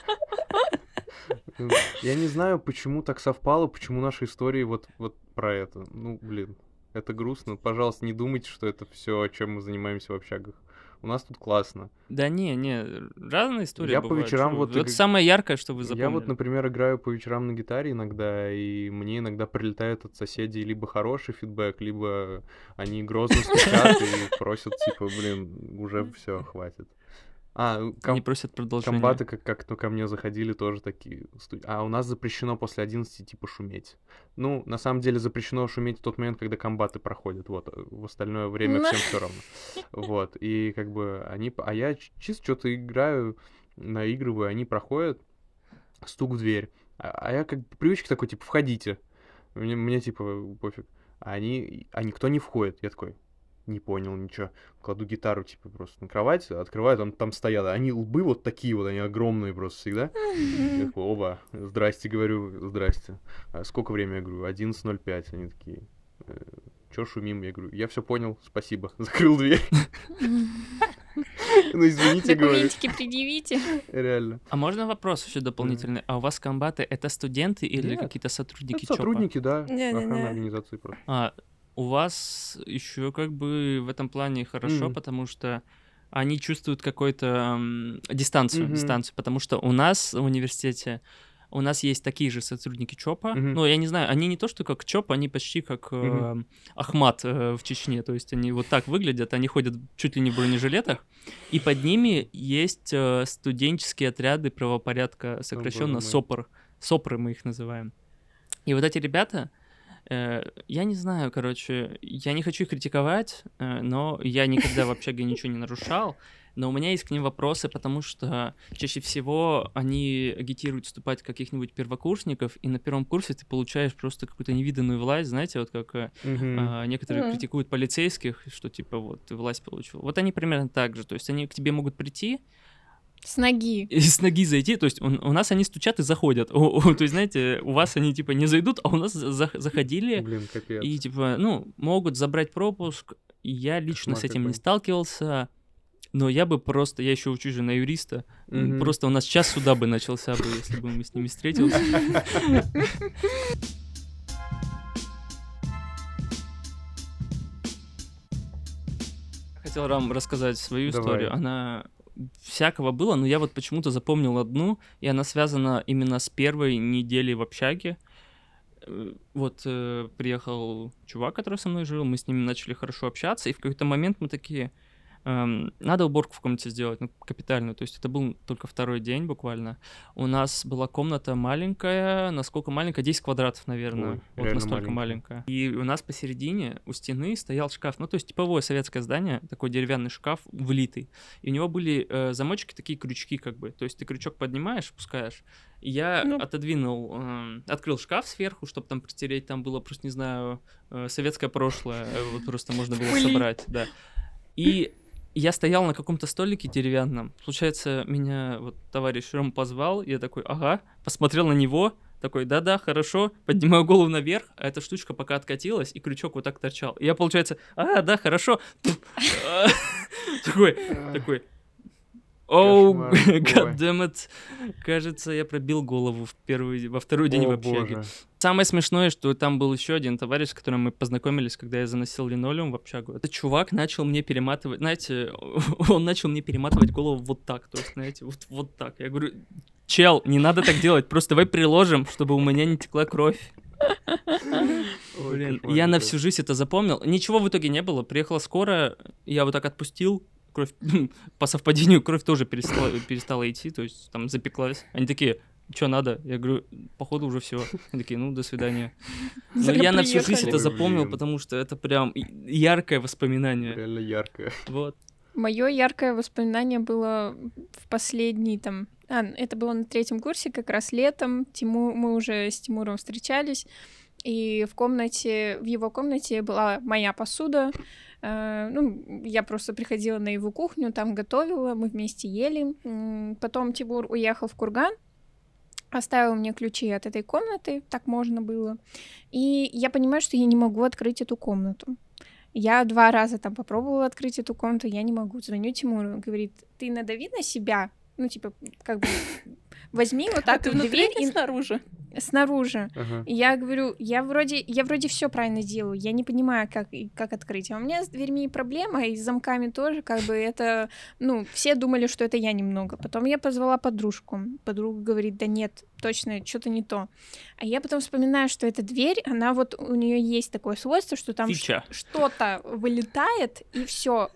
Я не знаю, почему так совпало, почему наши истории вот про это. Ну, блин, это грустно. Пожалуйста, не думайте, что это все, чем мы занимаемся в общагах. У нас тут классно. Да не, разные истории Я по бывают. вечерам Чё, вот это самое яркое, что вы Я запомнили. вот, например, играю по вечерам на гитаре иногда, и мне иногда прилетает от соседей либо хороший фидбэк, либо они грозно стучат и просят, типа, блин, уже все, хватит. Они просят продолжения. Комбаты как-то ко мне заходили тоже такие. У нас запрещено после 11 типа шуметь. Ну, на самом деле запрещено шуметь в тот момент, когда комбаты проходят. Вот, в остальное время всем все равно. Вот, и как бы я чисто что-то играю, наигрываю, они проходят, стук в дверь. А я как по привычке такой, типа, входите. Мне типа пофиг. А никто не входит. Я такой: не понял ничего. Кладу гитару, типа, просто на кровать, открываю, там стоят. Они лбы вот такие вот, они огромные просто всегда. Я такой: оба, здрасте, говорю, здрасте. А сколько время? Я говорю: 11:05. Они такие: чё шумим? Я говорю: я все понял, спасибо. Закрыл дверь. Ну, извините, говорю. Документики предъявите. Реально. А можно вопрос еще дополнительный? А у вас комбаты — это студенты или Нет, какие-то сотрудники Это сотрудники, да, Не-не-не. охранной организации просто. У вас еще как бы в этом плане хорошо, потому что они чувствуют какую-то дистанцию, потому что у нас в университете у нас есть такие же сотрудники ЧОПа. Ну, я не знаю, они не то, что как ЧОП, они почти как Ахмат в Чечне. То есть они вот так выглядят, они ходят чуть ли не в бронежилетах. И под ними есть студенческие отряды правопорядка, сокращенно СОПР. СОПРы мы их называем. И вот эти ребята, я не знаю, короче, я не хочу их критиковать, но я никогда в общаге ничего не нарушал. Но у меня есть к ним вопросы, потому что чаще всего они агитируют вступать в каких-нибудь первокурсников, и на первом курсе ты получаешь просто какую-то невиданную власть, знаете, вот как некоторые критикуют полицейских, что типа вот ты власть получил. Вот они примерно так же, то есть они к тебе могут прийти, с ноги. И с ноги зайти, то есть у нас они стучат и заходят. То есть, знаете, у вас они типа не зайдут, а у нас заходили. Блин, капец. И типа, могут забрать пропуск. Я лично с этим не сталкивался. Но я еще учусь же на юриста, просто у нас час суда бы начался бы, если бы мы с ними встретились. Хотел вам рассказать свою историю, она всякого было, но я вот почему-то запомнил одну, и она связана именно с первой неделей в общаге. приехал чувак, который со мной жил, мы с ним начали хорошо общаться, и в какой-то момент мы такие... надо уборку в комнате сделать, капитальную. То есть это был только второй день буквально. У нас была комната маленькая, насколько маленькая? 10 квадратов, наверное. Ой, вот реально настолько маленькая. И у нас посередине, у стены стоял шкаф. То есть типовое советское здание, такой деревянный шкаф, влитый. И у него были замочки, такие крючки как бы. То есть ты крючок поднимаешь, пускаешь. И я открыл шкаф сверху, чтобы там притереть. Там было просто, не знаю, советское прошлое. Вот просто можно было собрать, да. И я стоял на каком-то столике деревянном. Получается, меня вот товарищ Ром позвал, я такой, ага, посмотрел на него, такой, да-да, хорошо, поднимаю голову наверх, а эта штучка пока откатилась, и крючок вот так торчал. И я, получается, да, хорошо. Такой, оу, goddammit, кажется, я пробил голову во второй день в общаге. Самое смешное, что там был еще один товарищ, с которым мы познакомились, когда я заносил линолеум в общагу. Этот чувак начал мне перематывать, знаете, он начал мне перематывать голову вот так, то есть, знаете, вот так. Я говорю, чел, не надо так делать, просто давай приложим, чтобы у меня не текла кровь. Блин, я на всю жизнь это запомнил. Ничего в итоге не было, приехала скорая, я вот так отпустил, кровь, по совпадению, кровь тоже перестала идти, то есть там запеклась. Они такие... Что надо? Я говорю, походу уже все. Они такие, до свидания. Но я на всю жизнь это запомнил, потому что это прям яркое воспоминание. Реально яркое. Вот. Мое яркое воспоминание было в последний это было на 3-м курсе, как раз летом. Мы уже с Тимуром встречались, и в его комнате была моя посуда. Я просто приходила на его кухню, там готовила, мы вместе ели. Потом Тимур уехал в Курган, оставил мне ключи от этой комнаты, так можно было. И я понимаю, что я не могу открыть эту комнату. Я 2 раза там попробовала открыть эту комнату, я не могу. Звоню Тимуру, говорит, ты надави на себя, возьми вот так вот дверь и снаружи. Снаружи. И я говорю, я вроде все правильно делаю, я не понимаю, как открыть. А у меня с дверьми проблема, и с замками тоже, это, все думали, что это я немного. Потом я позвала подружку. Подруга говорит, да нет, точно, что-то не то. А я потом вспоминаю, что эта дверь, она вот, у нее есть такое свойство, что там что-то вылетает, и все,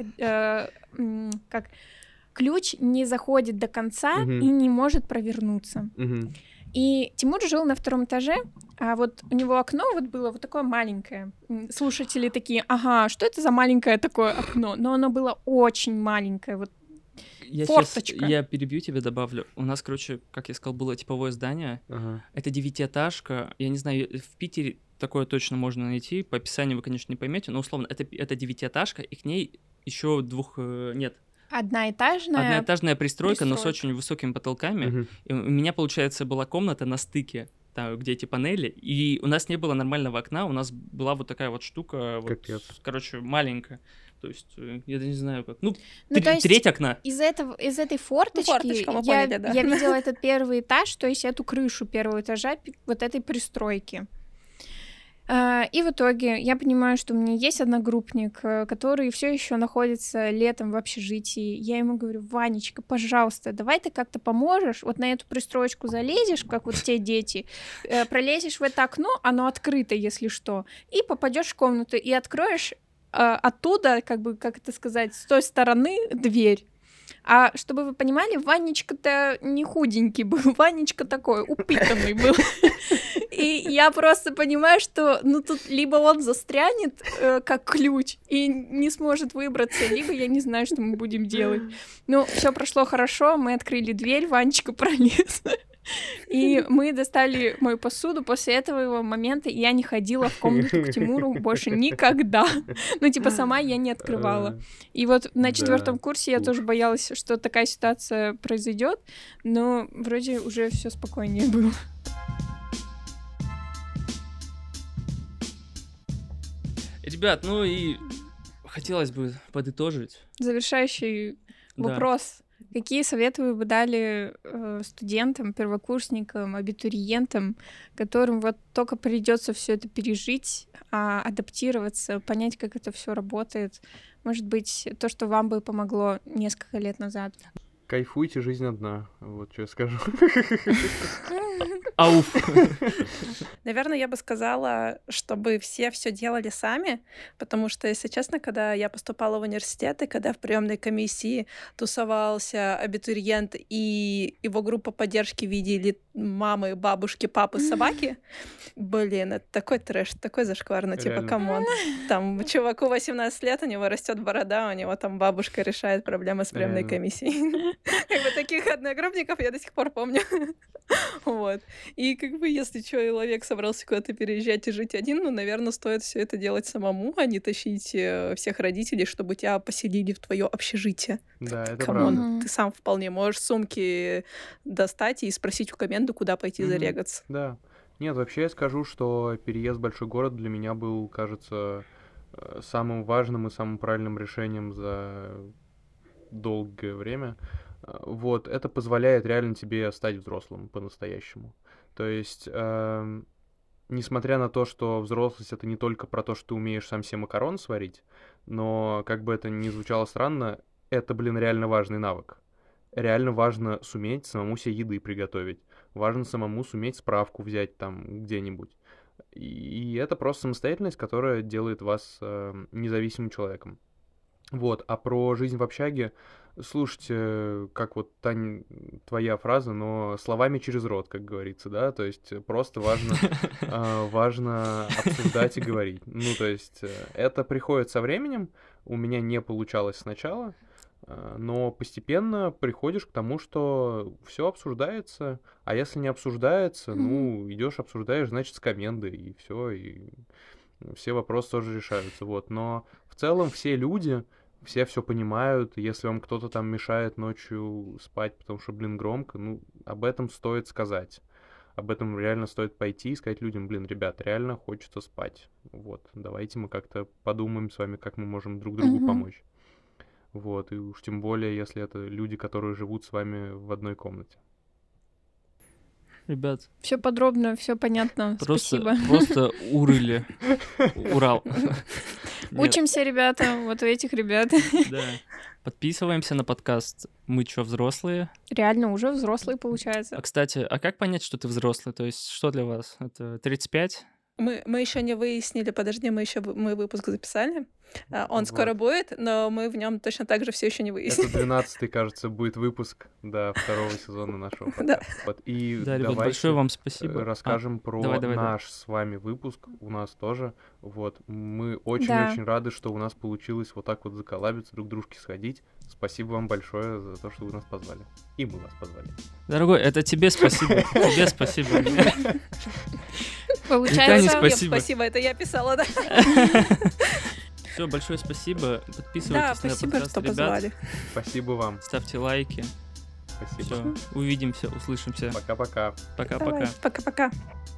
ключ не заходит до конца и не может провернуться. И Тимур жил на 2-м этаже, а вот у него окно было вот такое маленькое. Слушатели такие, ага, что это за маленькое такое окно? Но оно было очень маленькое, вот форточка. Я перебью тебя, добавлю. У нас, как я сказал, было типовое здание. Это 9-этажка. Я не знаю, в Питере такое точно можно найти. По описанию вы, конечно, не поймете, но условно это 9-этажка, и к ней еще 2 нет. Одноэтажная пристройка, но с очень высокими потолками. И у меня, получается, была комната на стыке, там, где эти панели, и у нас не было нормального окна, у нас была вот такая вот штука, маленькая. То есть, я не знаю как. Треть окна. Из этой форточки я видела этот 1-й этаж, то есть эту крышу 1-го этажа вот этой пристройки. И в итоге я понимаю, что у меня есть одногруппник, который все еще находится летом в общежитии. Я ему говорю, Ванечка, пожалуйста, давай ты как-то поможешь, вот на эту пристроечку залезешь, как вот те дети, пролезешь в это окно, оно открыто, если что, и попадешь в комнату, и откроешь оттуда, как это сказать, с той стороны дверь. А чтобы вы понимали, Ванечка-то не худенький был, Ванечка такой упитанный был. И я просто понимаю, что тут либо он застрянет как ключ и не сможет выбраться, либо я не знаю, что мы будем делать. Все прошло хорошо, мы открыли дверь, Ванечка пролез. И мы достали мою посуду. После этого момента я не ходила в комнату к Тимуру больше никогда. Сама я не открывала. И вот на 4-м курсе я тоже боялась, что такая ситуация произойдет, но вроде уже все спокойнее было. Ребят, и хотелось бы подытожить. Завершающий вопрос. Какие советы вы бы дали студентам, первокурсникам, абитуриентам, которым вот только придется все это пережить, адаптироваться, понять, как это все работает? Может быть, то, что вам бы помогло несколько лет назад? Кайфуйте, жизнь одна. Вот что я скажу. Ауф. Наверное, я бы сказала, чтобы все делали сами, потому что, если честно, когда я поступала в университет, и когда в приемной комиссии тусовался абитуриент и его группа поддержки в виде мамы, бабушки, папы, собаки, блин, это такой трэш, такой зашквар, ну типа, Реально. камон. Там чуваку 18 лет, у него растет борода, у него там бабушка решает проблемы с приемной Реально. комиссией. Как бы таких одногруппников я до сих пор помню. Вот. И как бы если человек собрался куда-то переезжать и жить один, ну, наверное, стоит все это делать самому, а не тащить всех родителей, чтобы тебя поселили в твое общежитие. Да, это Камон, правда. ты сам вполне можешь сумки достать и спросить у коменды, куда пойти Мгм. зарегаться. Да. Нет, вообще я скажу, что переезд в большой город для меня был, кажется, самым важным и самым правильным решением за долгое время. Вот, это позволяет реально тебе стать взрослым по-настоящему. То есть, несмотря на то, что взрослость — это не только про то, что ты умеешь сам себе макарон сварить, но, как бы это ни звучало странно, это, блин, реально важный навык. Реально важно суметь самому себе еды приготовить. Важно самому суметь справку взять там где-нибудь. И это просто самостоятельность, которая делает вас независимым человеком. Вот, а про жизнь в общаге, слушайте, как вот, Тань, твоя фраза, но словами через рот, как говорится, да, то есть просто важно обсуждать и говорить. Ну, то есть это приходит со временем, у меня не получалось сначала, но постепенно приходишь к тому, что все обсуждается, а если не обсуждается, ну, идешь обсуждаешь, значит, с комендой, и все, и все вопросы тоже решаются, вот. Но в целом все люди, все понимают, если вам кто-то там мешает ночью спать, потому что, блин, громко, ну, об этом стоит сказать. Об этом реально стоит пойти и сказать людям, блин, ребят, реально хочется спать. Вот, давайте мы как-то подумаем с вами, как мы можем друг другу помочь. Вот, и уж тем более, если это люди, которые живут с вами в одной комнате. Ребят, Все подробно, все понятно. Спасибо. просто урыли. Урал. Нет, Учимся, ребята, вот у этих ребят. да. Подписываемся на подкаст «Мы чё, взрослые?». Реально уже взрослые, А, получается. кстати, а как понять, что ты взрослый? То есть что для вас? Это 35? Мы еще не выяснили, подожди, мы выпуск записали. Он скоро Вот. будет, но мы в нем точно так же все еще не выяснили. Это 12-й, кажется, будет выпуск, да, второго сезона нашего Да. подкаста. Вот, и Да, ребят, давайте большое вам спасибо. расскажем про давай. наш с вами выпуск, у нас тоже. Вот, мы очень-очень рады, что у нас получилось вот так вот заколлабиться, друг дружке сходить. Спасибо вам большое за то, что вы нас позвали. И мы вас позвали. Дорогой, это тебе спасибо. Тебе спасибо. Получается, Таня, спасибо. Спасибо, это я писала, да. Все, большое спасибо. Да, Подписывайтесь на спасибо, подкаст, что ребят. позвали. Спасибо вам. Ставьте лайки. Спасибо. Все, увидимся, услышимся. Пока-пока. Пока-пока. Давай, пока-пока.